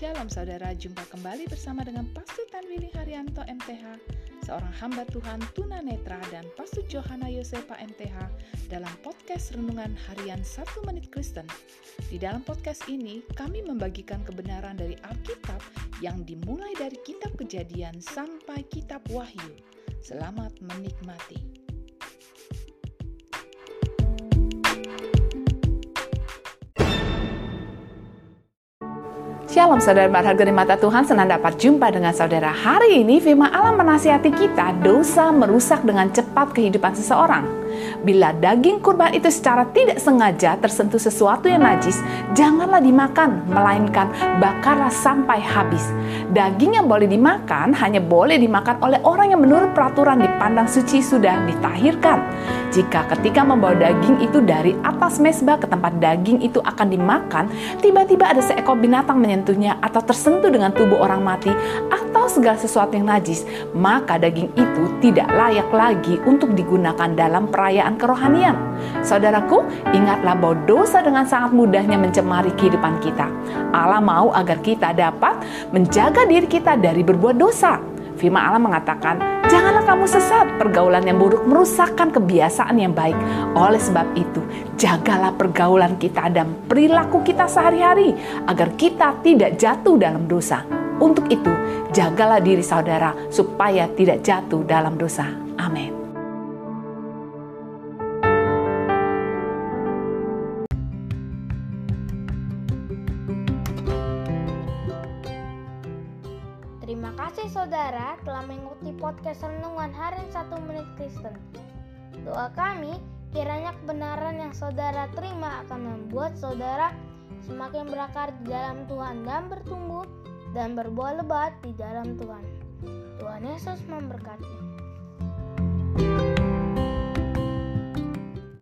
Shalom saudara, jumpa kembali bersama dengan Pastor Tanwili Haryanto MTH, seorang hamba Tuhan tunanetra, dan Pastor Johana Yosepa MTH dalam podcast Renungan Harian 1 Menit Kristen. Di dalam podcast ini, kami membagikan kebenaran dari Alkitab yang dimulai dari kitab Kejadian sampai kitab Wahyu. Selamat menikmati. Shalom saudara berharga di mata Tuhan, senang dapat jumpa dengan saudara. Hari ini firman Allah menasihati kita, dosa merusak dengan cepat kehidupan seseorang. Bila daging kurban itu secara tidak sengaja tersentuh sesuatu yang najis, janganlah dimakan, melainkan bakarlah sampai habis. Daging yang boleh dimakan hanya boleh dimakan oleh orang yang menurut peraturan dipandang suci sudah ditahirkan. Jika ketika membawa daging itu dari atas mezbah ke tempat daging itu akan dimakan, tiba-tiba ada seekor binatang menyentuhnya atau tersentuh dengan tubuh orang mati atau segala sesuatu yang najis, maka daging itu tidak layak lagi untuk digunakan dalam perayaan kerohanian. Saudaraku, ingatlah bahwa dosa dengan sangat mudahnya mencemari kehidupan kita. Allah mau agar kita dapat menjaga diri kita dari berbuat dosa. Firman Allah mengatakan, janganlah kamu sesat, pergaulan yang buruk merusakkan kebiasaan yang baik. Oleh sebab itu, jagalah pergaulan kita dan perilaku kita sehari-hari, agar kita tidak jatuh dalam dosa. Untuk itu, jagalah diri saudara, supaya tidak jatuh dalam dosa. Amin. Terima kasih saudara telah mengikuti podcast Renungan Harian 1 Menit Kristen. Doa kami, kiranya kebenaran yang saudara terima akan membuat saudara semakin berakar di dalam Tuhan dan bertumbuh dan berbuah lebat di dalam Tuhan. Tuhan Yesus memberkati.